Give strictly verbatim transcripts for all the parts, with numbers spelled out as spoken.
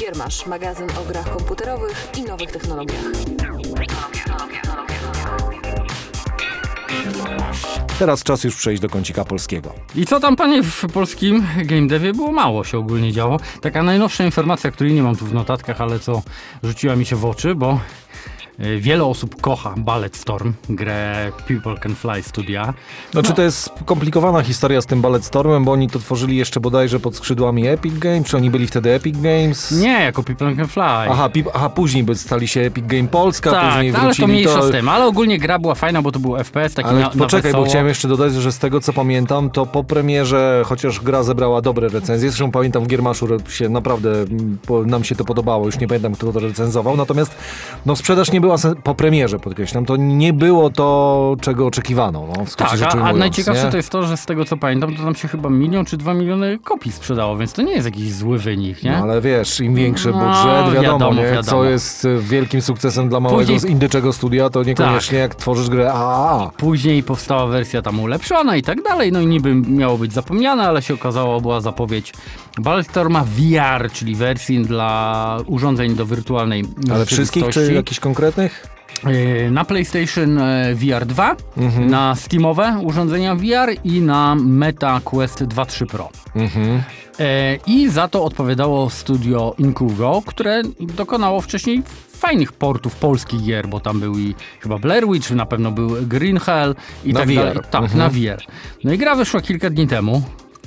Giermasz, magazyn o grach komputerowych i nowych technologiach. Teraz czas już przejść do kącika polskiego. I co tam, panie, w polskim game devie było mało się ogólnie działo. Taka najnowsza informacja, której nie mam tu w notatkach, ale co rzuciła mi się w oczy, bo wiele osób kocha Bulletstorm, grę People Can Fly studia. Znaczy No. to jest skomplikowana historia z tym Bulletstormem, bo oni to tworzyli jeszcze bodajże pod skrzydłami Epic Games, czy oni byli wtedy Epic Games? Nie, jako People Can Fly. Aha, pi- aha później by stali się Epic Game Polska, tak, później ale wrócili to mniejsza to... z tym. Ale ogólnie gra była fajna, bo to był F P S taki Ale na, na poczekaj, wesoło. bo chciałem jeszcze dodać, że z tego co pamiętam, to po premierze, chociaż gra zebrała dobre recenzje, zresztą pamiętam w Giermaszu się naprawdę, po, nam się to podobało, już nie pamiętam kto to recenzował, natomiast no sprzedaż nie była sen- po premierze, podkreślam, to nie było to, czego oczekiwano. No, w skrócie Tak, rzecz a, a ujmując, najciekawsze nie? to jest to, że z tego co pamiętam, to tam się chyba milion czy dwa miliony kopii sprzedało, więc to nie jest jakiś zły wynik, nie? No, ale wiesz, im większy No, budżet, wiadomo, wiadomo, nie? wiadomo. Co jest wielkim sukcesem dla małego Później- indyczego studia, to niekoniecznie jak tworzysz grę A A A. Później powstała wersja tam ulepszona i tak dalej, no i niby miało być zapomniane, ale się okazało, była zapowiedź Bulletstorma V R, czyli wersji dla urządzeń do wirtualnej Ale wszystkich, czy rzeczywistości. jakichś konkretnych? Yy, Na PlayStation e, V R dwa, Mhm. na Steamowe urządzenia V R i na Meta Quest dwa trzy Pro. Mhm. E, I za to odpowiadało studio Incuvo, które dokonało wcześniej fajnych portów polskich gier, bo tam był i chyba Blair Witch, na pewno był Green Hell i Na tak V R. dalej. Tak, Mhm. na V R. No i gra wyszła kilka dni temu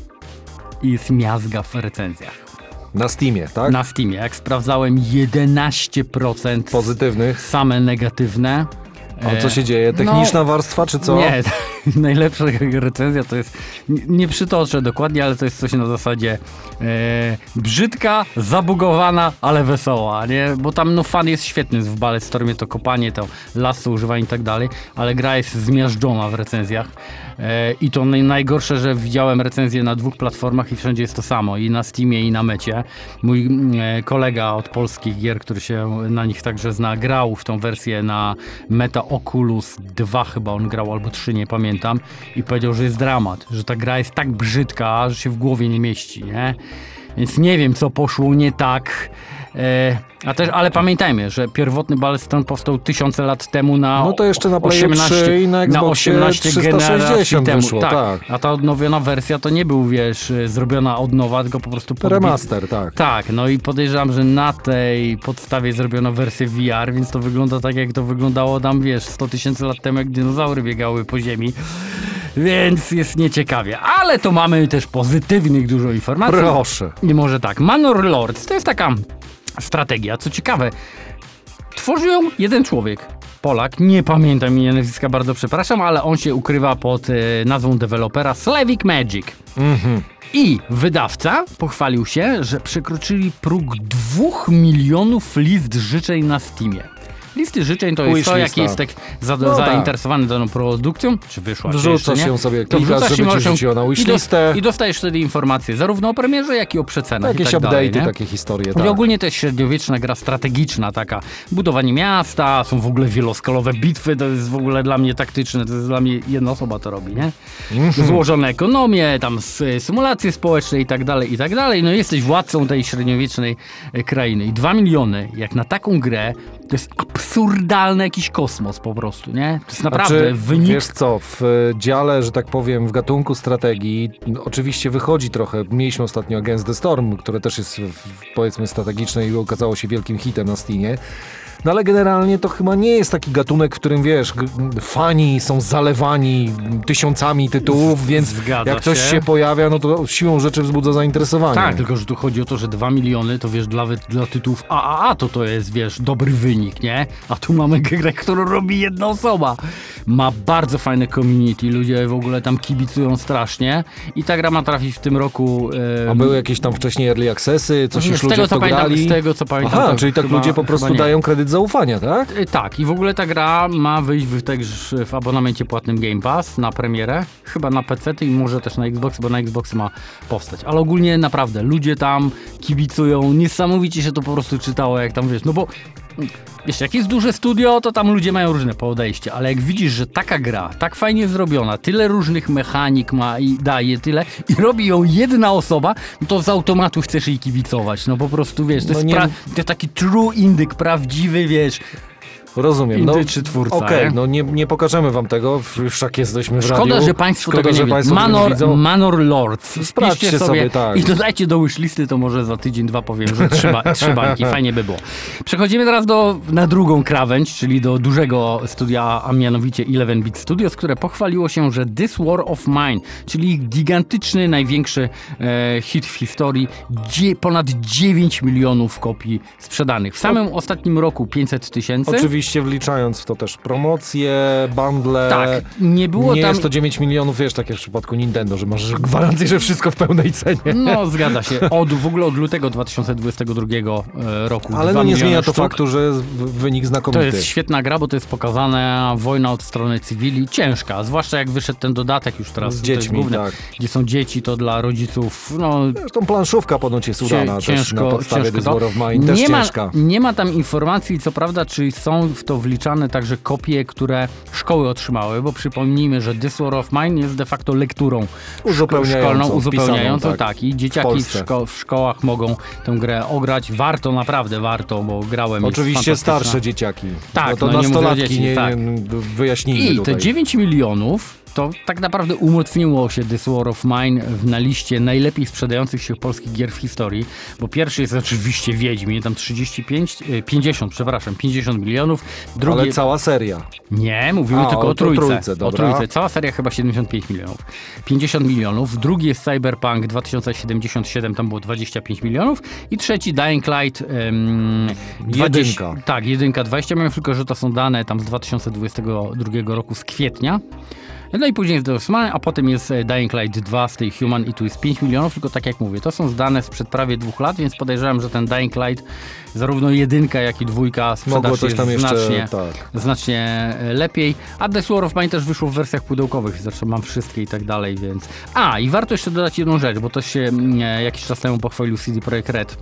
i jest miazga w recenzjach. Na Steamie, tak? Na Steamie, jak sprawdzałem, jedenaście procent Pozytywnych. same negatywne. A co się dzieje? Techniczna no, warstwa, czy co? Nie, najlepsza recenzja to jest, nie, nie przytoczę dokładnie, ale to jest coś na zasadzie e, brzydka, zabugowana, ale wesoła, nie? Bo tam no fan jest świetny w Bulletstormie, to kopanie, to lasso, używanie i tak dalej, ale gra jest zmiażdżona w recenzjach e, i to naj, najgorsze, że widziałem recenzję na dwóch platformach i wszędzie jest to samo, i na Steamie, i na Mecie. Mój e, kolega od polskich gier, który się na nich także zna, grał w tą wersję na Meta Oculus dwa chyba on grał, albo trzy, nie pamiętam, i powiedział, że jest dramat, że ta gra jest tak brzydka, że się w głowie nie mieści, nie? Więc nie wiem, co poszło nie tak. E, a też, ale pamiętajmy, że pierwotny Bulletstorm powstał tysiące lat temu na No to jeszcze na Playu trzy i na Xboxie osiemnaście trzysta generacji sześćdziesiąt temu. wyszło, tak. tak. A ta odnowiona wersja to nie był, wiesz, zrobiona od nowa, tylko po prostu podbi- Remaster, tak. Tak, no i podejrzewam, że na tej podstawie zrobiono wersję V R, więc to wygląda tak, jak to wyglądało tam, wiesz, sto tysięcy lat temu, jak dinozaury biegały po ziemi. Więc jest nieciekawie. Ale to mamy też pozytywnych dużo informacji. Proszę. I może tak, Manor Lords to jest taka strategia, co ciekawe, tworzy ją jeden człowiek. Polak, nie pamiętam imienia, nazwiska, bardzo przepraszam, ale on się ukrywa pod e, nazwą dewelopera Slavic Magic. Mhm. I wydawca pochwalił się, że przekroczyli próg dwóch milionów list życzeń na Steamie. Listy życzeń to jest Wish to, lista. jaki jest tak za, No zainteresowany daną produkcją, czy wyszła, czy Wrzucasz jeszcze nie. ją sobie, To klikasz, wrzucasz żeby i ci możesz ją- rzuciło na i, wishlistę. I dostajesz wtedy informacje zarówno o premierze, jak i o przecenach Jakieś i tak update'y, dalej, nie? takie historie, I tak. ogólnie to jest średniowieczna gra strategiczna, taka budowanie miasta, są w ogóle wieloskalowe bitwy, to jest w ogóle dla mnie taktyczne, to jest dla mnie jedna osoba to robi, nie? Mhm. Złożone ekonomie, tam s- symulacje społeczne i tak dalej, i tak dalej. No jesteś władcą tej średniowiecznej e, krainy. I dwa miliony, jak na taką grę, to jest absurdalny jakiś kosmos po prostu, nie? To jest naprawdę Znaczy, wynik... Wiesz co, w e, dziale, że tak powiem, w gatunku strategii, no, oczywiście wychodzi trochę, mieliśmy ostatnio Against the Storm, które też jest w, powiedzmy strategiczne i okazało się wielkim hitem na Steamie. No ale generalnie to chyba nie jest taki gatunek, w którym wiesz, g- fani są zalewani tysiącami tytułów, więc Zgadza jak coś się. się pojawia, no to siłą rzeczy wzbudza zainteresowanie. Tak, tylko że tu chodzi o to, że dwa miliony to wiesz, dla, wy- dla tytułów A A A to to jest, wiesz, dobry wynik, nie? A tu mamy grę, którą robi jedna osoba. Ma bardzo fajne community, ludzie w ogóle tam kibicują strasznie i ta gra ma trafić w tym roku... em, A były jakieś tam wcześniej early accessy, coś nie, już z ludzie tego, w to co pamiętam, grali? z tego co pamiętam... Aha, to czyli tak chyba- ludzie po chyba prostu nie. dają kredyt zaufania, tak? Y, Tak, i w ogóle ta gra ma wyjść w, też w abonamencie płatnym Game Pass na premierę, chyba na P C i może też na Xbox, bo na Xbox ma powstać. Ale ogólnie naprawdę, ludzie tam kibicują, niesamowicie się to po prostu czytało, jak tam wiesz, no bo Wiesz, jak jest duże studio, to tam ludzie mają różne podejście, ale jak widzisz, że taka gra, tak fajnie zrobiona, tyle różnych mechanik ma i daje tyle i robi ją jedna osoba, no to z automatu chcesz jej kibicować. No po prostu, wiesz, to, No jest, nie- pra- to jest taki true indyk, prawdziwy, wiesz. Rozumiem. No, Indyczy twórca, Okej, nie? no nie, nie pokażemy wam tego, już jak jesteśmy w Szkoda, radiu. że państwo Szkoda, tego nie że wiedzą. państwo tego nie Manor, widzą. Manor Lords. Sprawdźcie Wpiszcie sobie, tak. I dodajcie do wishlisty, to może za tydzień, dwa powiem, że trzy, ba- trzy bańki. Fajnie by było. Przechodzimy teraz do, na drugą krawędź, czyli do dużego studia, a mianowicie eleven bit Studios, które pochwaliło się, że This War of Mine, czyli ich gigantyczny, największy e, hit w historii, dzie- ponad dziewięć milionów kopii sprzedanych. W samym ostatnim roku pięćset tysięcy. Oczywiście wliczając w to też promocje, bundle. Tak, nie było nie tam... jest to dziewięć milionów, wiesz, tak jak w przypadku Nintendo, że masz gwarancję, że wszystko w pełnej cenie. No, zgadza się. Od, w ogóle od lutego dwa tysiące dwudziestego drugiego e, roku. Ale dwa no nie miliony zmienia to sztuk. faktu, że jest w- wynik znakomity. To jest świetna gra, bo to jest pokazane wojna od strony cywili. Ciężka, zwłaszcza jak wyszedł ten dodatek już teraz. Z to jest dziećmi, główne, tak. Gdzie są dzieci, to dla rodziców, no... Zresztą planszówka ponoć jest udana Cie- też na podstawie ciężko This to. War of Mine, też nie ma, ciężka. nie ma tam informacji, co prawda, czy są w to wliczane także kopie, które szkoły otrzymały, bo przypomnijmy, że This War of Mine jest de facto lekturą Uzupełniającą, szkolną, uzupełniającą, wpisaną, tak. tak. I dzieciaki w, W Polsce. szko- w szkołach mogą tę grę ograć. Warto, naprawdę warto, bo grałem. jest Oczywiście fantastyczna. starsze dzieciaki. Tak, no to no nie mówię o nastolatki, dzieci, nie, tak. nie, wyjaśnijmy I tutaj. te dziewięć milionów to tak naprawdę umocniło się This War of Mine w, na liście najlepiej sprzedających się polskich gier w historii, bo pierwszy jest oczywiście Wiedźmin, tam trzydzieści pięć, e, pięćdziesiąt, przepraszam, pięćdziesiąt milionów. Drugi... Ale cała seria. Nie, mówimy A, tylko o o trójce. trójce, o dobra. trójce. Cała seria chyba siedemdziesiąt pięć milionów. pięćdziesiąt milionów. Drugi jest Cyberpunk dwa tysiące siedemdziesiąt siedem, tam było dwadzieścia pięć milionów. I trzeci Dying Light. Um, Jedynka. Tak, jedynka, dwadzieścia milionów, tylko że to są dane tam z dwa tysiące dwudziestego drugiego roku, z kwietnia. No i później jest The Osman, a potem jest e, Dying Light dwa, Stay Human i tu jest pięć milionów, tylko tak jak mówię, to są dane sprzed prawie dwóch lat, więc podejrzewam, że ten Dying Light, zarówno jedynka, jak i dwójka sprzedaż Mogło coś jest tam jeszcze, znacznie, tak. znacznie e, lepiej. A The War of Mine też wyszło w wersjach pudełkowych, zresztą mam wszystkie i tak dalej, więc... A, i warto jeszcze dodać jedną rzecz, bo to się mm, e, jakiś czas temu pochwalił C D Projekt Red,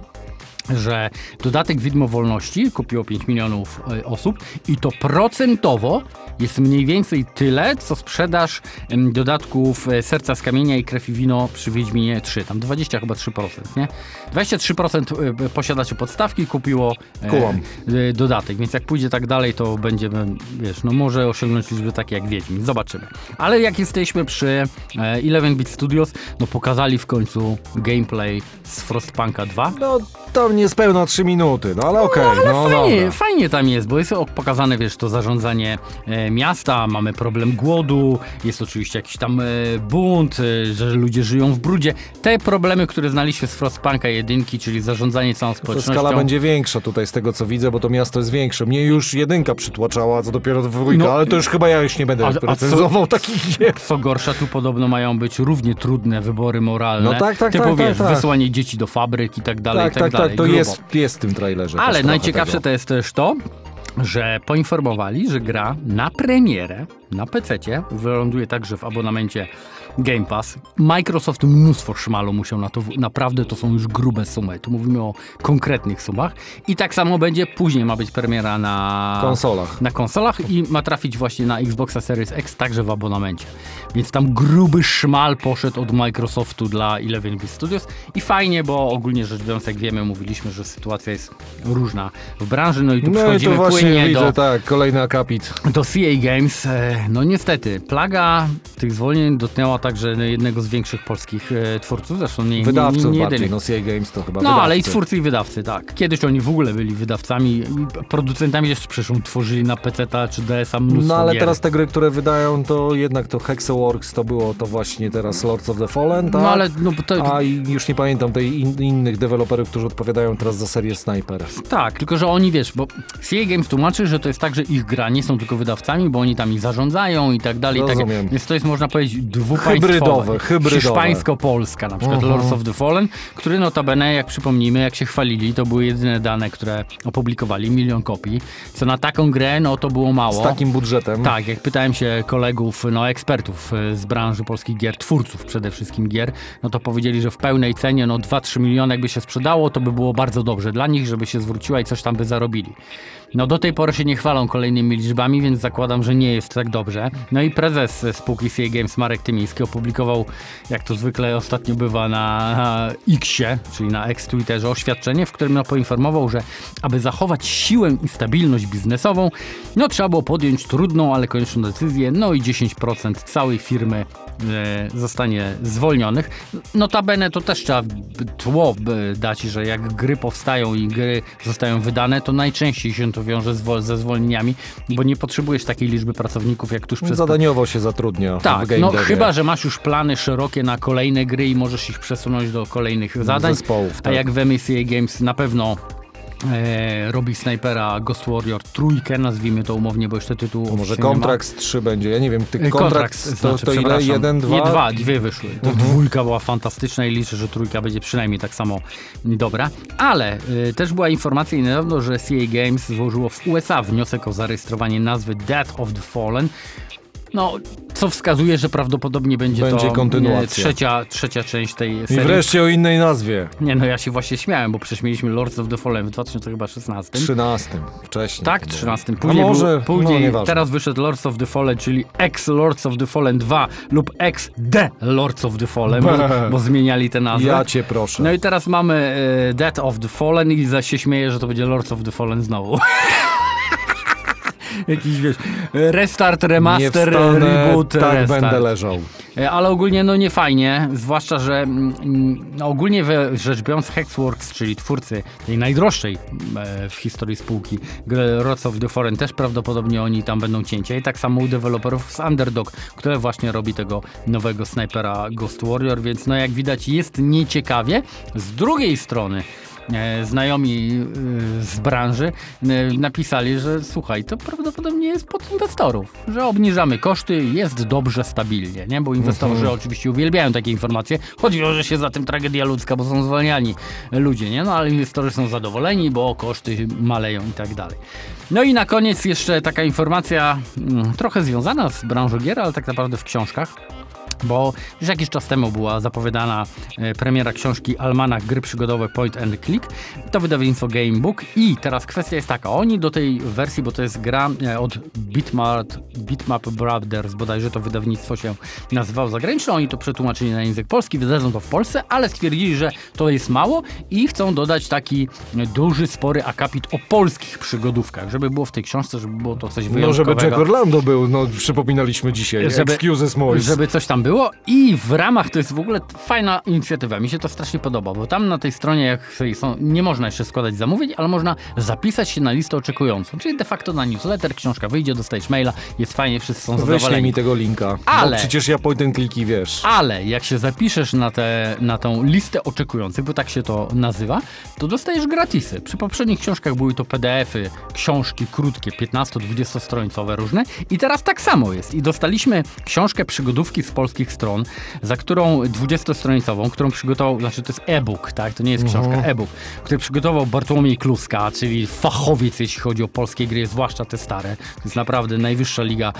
że dodatek Widmo Wolności kupiło pięć milionów e, osób i to procentowo jest mniej więcej tyle, co sprzedaż em, dodatków e, Serca z Kamienia i Krew i Wino przy Wiedźminie trzy. Tam dwadzieścia chyba trzy procent, nie? dwadzieścia trzy procent e, posiadaczy podstawki kupiło Kułam. e, e, dodatek, więc jak pójdzie tak dalej, to będziemy, wiesz, no może osiągnąć liczby takie jak Wiedźmin. Zobaczymy. Ale jak jesteśmy przy e, eleven bit Studios, no pokazali w końcu gameplay z Frostpunka dwa. No tam niespełna trzy minuty, no ale okej. No, Fajnie, dobra. fajnie tam jest, bo jest o- pokazane, wiesz, to zarządzanie e, miasta, mamy problem głodu, jest oczywiście jakiś tam e, bunt, e, że ludzie żyją w brudzie. Te problemy, które znaliśmy z Frostpunka jedynki, czyli zarządzanie całą To społecznością. skala będzie większa tutaj z tego co widzę, bo to miasto jest większe. Mnie już jedynka przytłaczała, co dopiero dwójka, No, ale to już chyba ja już nie będę a- a co- recenzował takich gier. Co gorsza, tu podobno mają być równie trudne wybory moralne. No tak, tak, Typu, tak, tak, wiesz, tak. wysłanie dzieci do fabryk i tak dalej, Tak, i tak, tak, dalej. tak, to Grubo. jest, jest w tym trailerze. też Ale trochę najciekawsze tego. to jest też to, że poinformowali, że gra na premierę, na pececie, wyląduje także w abonamencie Game Pass. Microsoft mnóstwo szmalu musiał na to, w- naprawdę to są już grube sumy. Tu mówimy o konkretnych sumach. I tak samo będzie, później ma być premiera na konsolach. na konsolach i ma trafić właśnie na Xboxa Series X, także w abonamencie. Więc tam gruby szmal poszedł od Microsoftu dla eleven bit Studios i fajnie, bo ogólnie rzecz biorąc, jak wiemy, mówiliśmy, że sytuacja jest różna w branży, no i tu No i przechodzimy to właśnie płynnie widzę, do, tak, kolejny akapit. do C A Games. E, No niestety, plaga tych zwolnień dotknęła także jednego z większych polskich e, twórców, zresztą nie, nie, Wydawców nie, nie bardziej, jedynych. no C A Games to chyba No, wydawcy. ale i twórcy i wydawcy, tak. Kiedyś oni w ogóle byli wydawcami i producentami też przecież tworzyli na peceta czy D S a mnóstwo No ale gier. teraz te gry, które wydają, to jednak to Hexaworks to było to właśnie teraz Lords of the Fallen, tak? No ale no, bo to, A i już nie pamiętam tej in, innych deweloperów, którzy odpowiadają teraz za serię Sniper. tak, tylko że oni, wiesz, bo C A Games tłumaczy, że to jest tak, że ich gra nie są tylko wydawcami, bo oni tam i zarządzają i tak dalej. Rozumiem. Tak, więc to jest, można powiedzieć, dwupaństwowe. Hybrydowe, hybrydowe. Hiszpańsko-polska, na przykład Mhm. Lords of the Fallen, który notabene, jak przypomnimy, jak się chwalili, to były jedyne dane, które opublikowali, milion kopii, co na taką grę, no to było mało. Z takim budżetem. Tak, jak pytałem się kolegów, no ekspertów y, z branży polskich gier, twórców przede wszystkim gier, no to powiedzieli, że w pełnej cenie, no dwa trzy miliony jakby się sprzedało, to by było bardzo dobrze dla nich, żeby się zwróciła i coś tam by zarobili. No do tej pory się nie chwalą kolejnymi liczbami, więc zakładam, że nie jest tak dobrze. No i prezes spółki C A Games Marek Tymiński opublikował, jak to zwykle ostatnio bywa na X-ie, czyli na ex-Twitterze, oświadczenie, w którym no poinformował, że aby zachować siłę i stabilność biznesową, no trzeba było podjąć trudną, ale konieczną decyzję, no i dziesięć procent całej firmy e, zostanie zwolnionych. Notabene to też trzeba tło dać, że jak gry powstają i gry zostają wydane, to najczęściej się to wiąże z, ze zwolnieniami, bo nie potrzebujesz takiej liczby pracowników jak tuż przed... Zadaniowo się zatrudnia. Tak, w game no devie. chyba, że masz już plany szerokie na kolejne gry i możesz ich przesunąć do kolejnych zadań. Zespołów, A tak. jak w M S C A Games na pewno e, robi snajpera Ghost Warrior trójkę, nazwijmy to umownie, bo jeszcze tytuł To może oficjalnie nie ma. Contracts trzy będzie, ja nie wiem, ty E, Contracts to, znaczy, to ile? przepraszam. Jeden, dwa? Nie, dwa, dwie wyszły. To dwójka była fantastyczna i liczę, że trójka będzie przynajmniej tak samo dobra. Ale y, też była informacja niedawno, że C A Games złożyło w U S A wniosek o zarejestrowanie nazwy Death of the Fallen. No, co wskazuje, że prawdopodobnie będzie, Będzie to kontynuacja. e, trzecia, trzecia część tej I serii. wreszcie o innej nazwie. Nie, no ja się właśnie śmiałem, bo przecież mieliśmy Lords of the Fallen w dwa tysiące szesnastym. Trzynastym, wcześniej. Tak, to było. trzynastym. A Później, może, był, później no, nieważne. teraz wyszedł Lords of the Fallen, czyli ex-Lords of the Fallen dwa lub ex-The Lords of the Fallen, bo, bo zmieniali te nazwy. Ja cię proszę. No i teraz mamy e, Death of the Fallen i zaś się śmieję, że to będzie Lords of the Fallen znowu. Jakiś, wiesz, restart, nie remaster, wstanę, reboot, tak restart. będę leżał. E, Ale ogólnie no nie fajnie, zwłaszcza, że mm, no ogólnie rzecz biorąc Hexworks, czyli twórcy tej najdroższej e, w historii spółki gry Lords of the Fallen, też prawdopodobnie oni tam będą cięcia i tak samo u deweloperów z Underdog, które właśnie robi tego nowego snajpera Ghost Warrior, więc no jak widać jest nieciekawie. Z drugiej strony E, znajomi e, z branży e, napisali, że słuchaj, to prawdopodobnie jest pod inwestorów, że obniżamy koszty, jest dobrze, stabilnie, nie? Bo inwestorzy Mhm. oczywiście uwielbiają takie informacje, choć wiąże się za tym tragedia ludzka, bo są zwalniani ludzie, nie? No ale inwestorzy są zadowoleni, bo koszty maleją i tak dalej. No i na koniec jeszcze taka informacja mm, trochę związana z branżą gier, ale tak naprawdę w książkach. Bo już jakiś czas temu była zapowiadana e, premiera książki Almanach Gry Przygodowe Point and Click. To wydawnictwo Gamebook i teraz kwestia jest taka, oni do tej wersji, bo to jest gra e, od Bitmap, Bitmap Brothers, bodajże to wydawnictwo się nazywało zagraniczne, oni to przetłumaczyli na język polski, wydadzą to w Polsce, ale stwierdzili, że to jest mało i chcą dodać taki duży, spory akapit o polskich przygodówkach, żeby było w tej książce, żeby było to coś No wyjątkowego. żeby Jack Orlando był, no przypominaliśmy dzisiaj. Żeby- Excuses Mois. Żeby coś tam było i w ramach, to jest w ogóle fajna inicjatywa, mi się to strasznie podoba, bo tam na tej stronie jak są, nie można jeszcze składać zamówień, ale można zapisać się na listę oczekującą, czyli de facto na newsletter, książka wyjdzie, dostajesz maila, jest fajnie, wszyscy są Wyślij zadowoleni. mi tego linka. Ale- Bo przecież ja point and clicki wiesz. Ale jak się zapiszesz na, te, na tą listę oczekujących, bo tak się to nazywa, to dostajesz gratisy. Przy poprzednich książkach były to P D F-y, książki krótkie, piętnasto-dwudziestostronicowe różne i teraz tak samo jest. I dostaliśmy książkę przygodówki z polskich stron, za którą dwudziestostronicową, którą przygotował, znaczy to jest e-book, tak? To nie jest książka, Mhm. e-book, który przygotował Bartłomiej Kluska, czyli fachowiec, jeśli chodzi o polskie gry, zwłaszcza te stare. To jest naprawdę najwyższa liga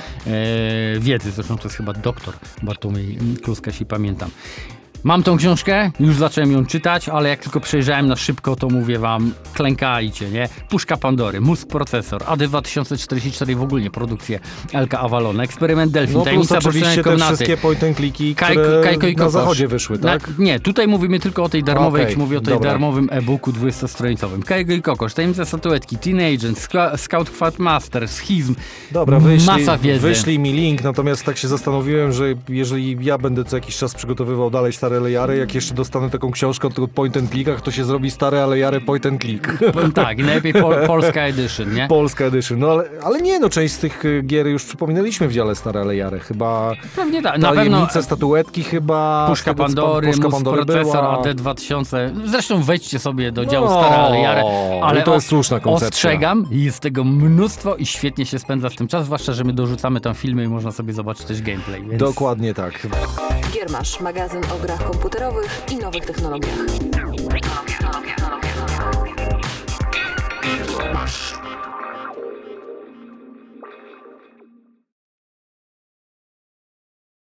e, wiedzy, zresztą to jest chyba doktor Bartłomiej Kluska, jeśli pamiętam. Mam tą książkę, już zacząłem ją czytać, ale jak tylko przejrzałem na szybko, to mówię wam, klękajcie, nie? Puszka Pandory, Mózg Procesor, A D dwa tysiące czterdzieści cztery w ogóle produkcje L K Avalon, Eksperyment Delfin, No plus Tajemnica oczywiście Poczynania te Komnaty. wszystkie point and clicki, Kaj- które Kajko i na Kokosz. zachodzie wyszły, tak? Na, nie, tutaj mówimy tylko o tej darmowej, Okej, jak mówię o tej dobra. darmowym e-booku dwudziestostronicowym. Kajko i Kokosz, Tajemnica Statuetki, Teen Agent, Ska- Scout Fatmaster, Schizm, Dobra, wyślij, masa wiedzy. wyślij mi link, natomiast tak się zastanowiłem, że jeżeli ja będę co jakiś czas przygotowywał dalej stare stare ale jary. Jak jeszcze dostanę taką książkę o point and clickach, to się zrobi stare ale jary point and click. Tak, i najlepiej pol, polska edition, nie? Polska edition. No ale, ale nie, no część z tych y, gier już przypominaliśmy w dziale stare ale jary. Chyba Pewnie tak. Na pewno tajemnice, statuetki chyba. Puszka z tego, co Pandory, Puszka mus Pandory procesor była. A D dwa tysiące. Zresztą wejdźcie sobie do działu No, stare ale jary. Ale i to jest o- słuszna koncepcja. Ostrzegam, jest tego mnóstwo i świetnie się spędza w tym czas, zwłaszcza, że my dorzucamy tam filmy i można sobie zobaczyć też gameplay. Więc... Dokładnie tak. Giermasz, magazyn o grach komputerowych i nowych technologiach.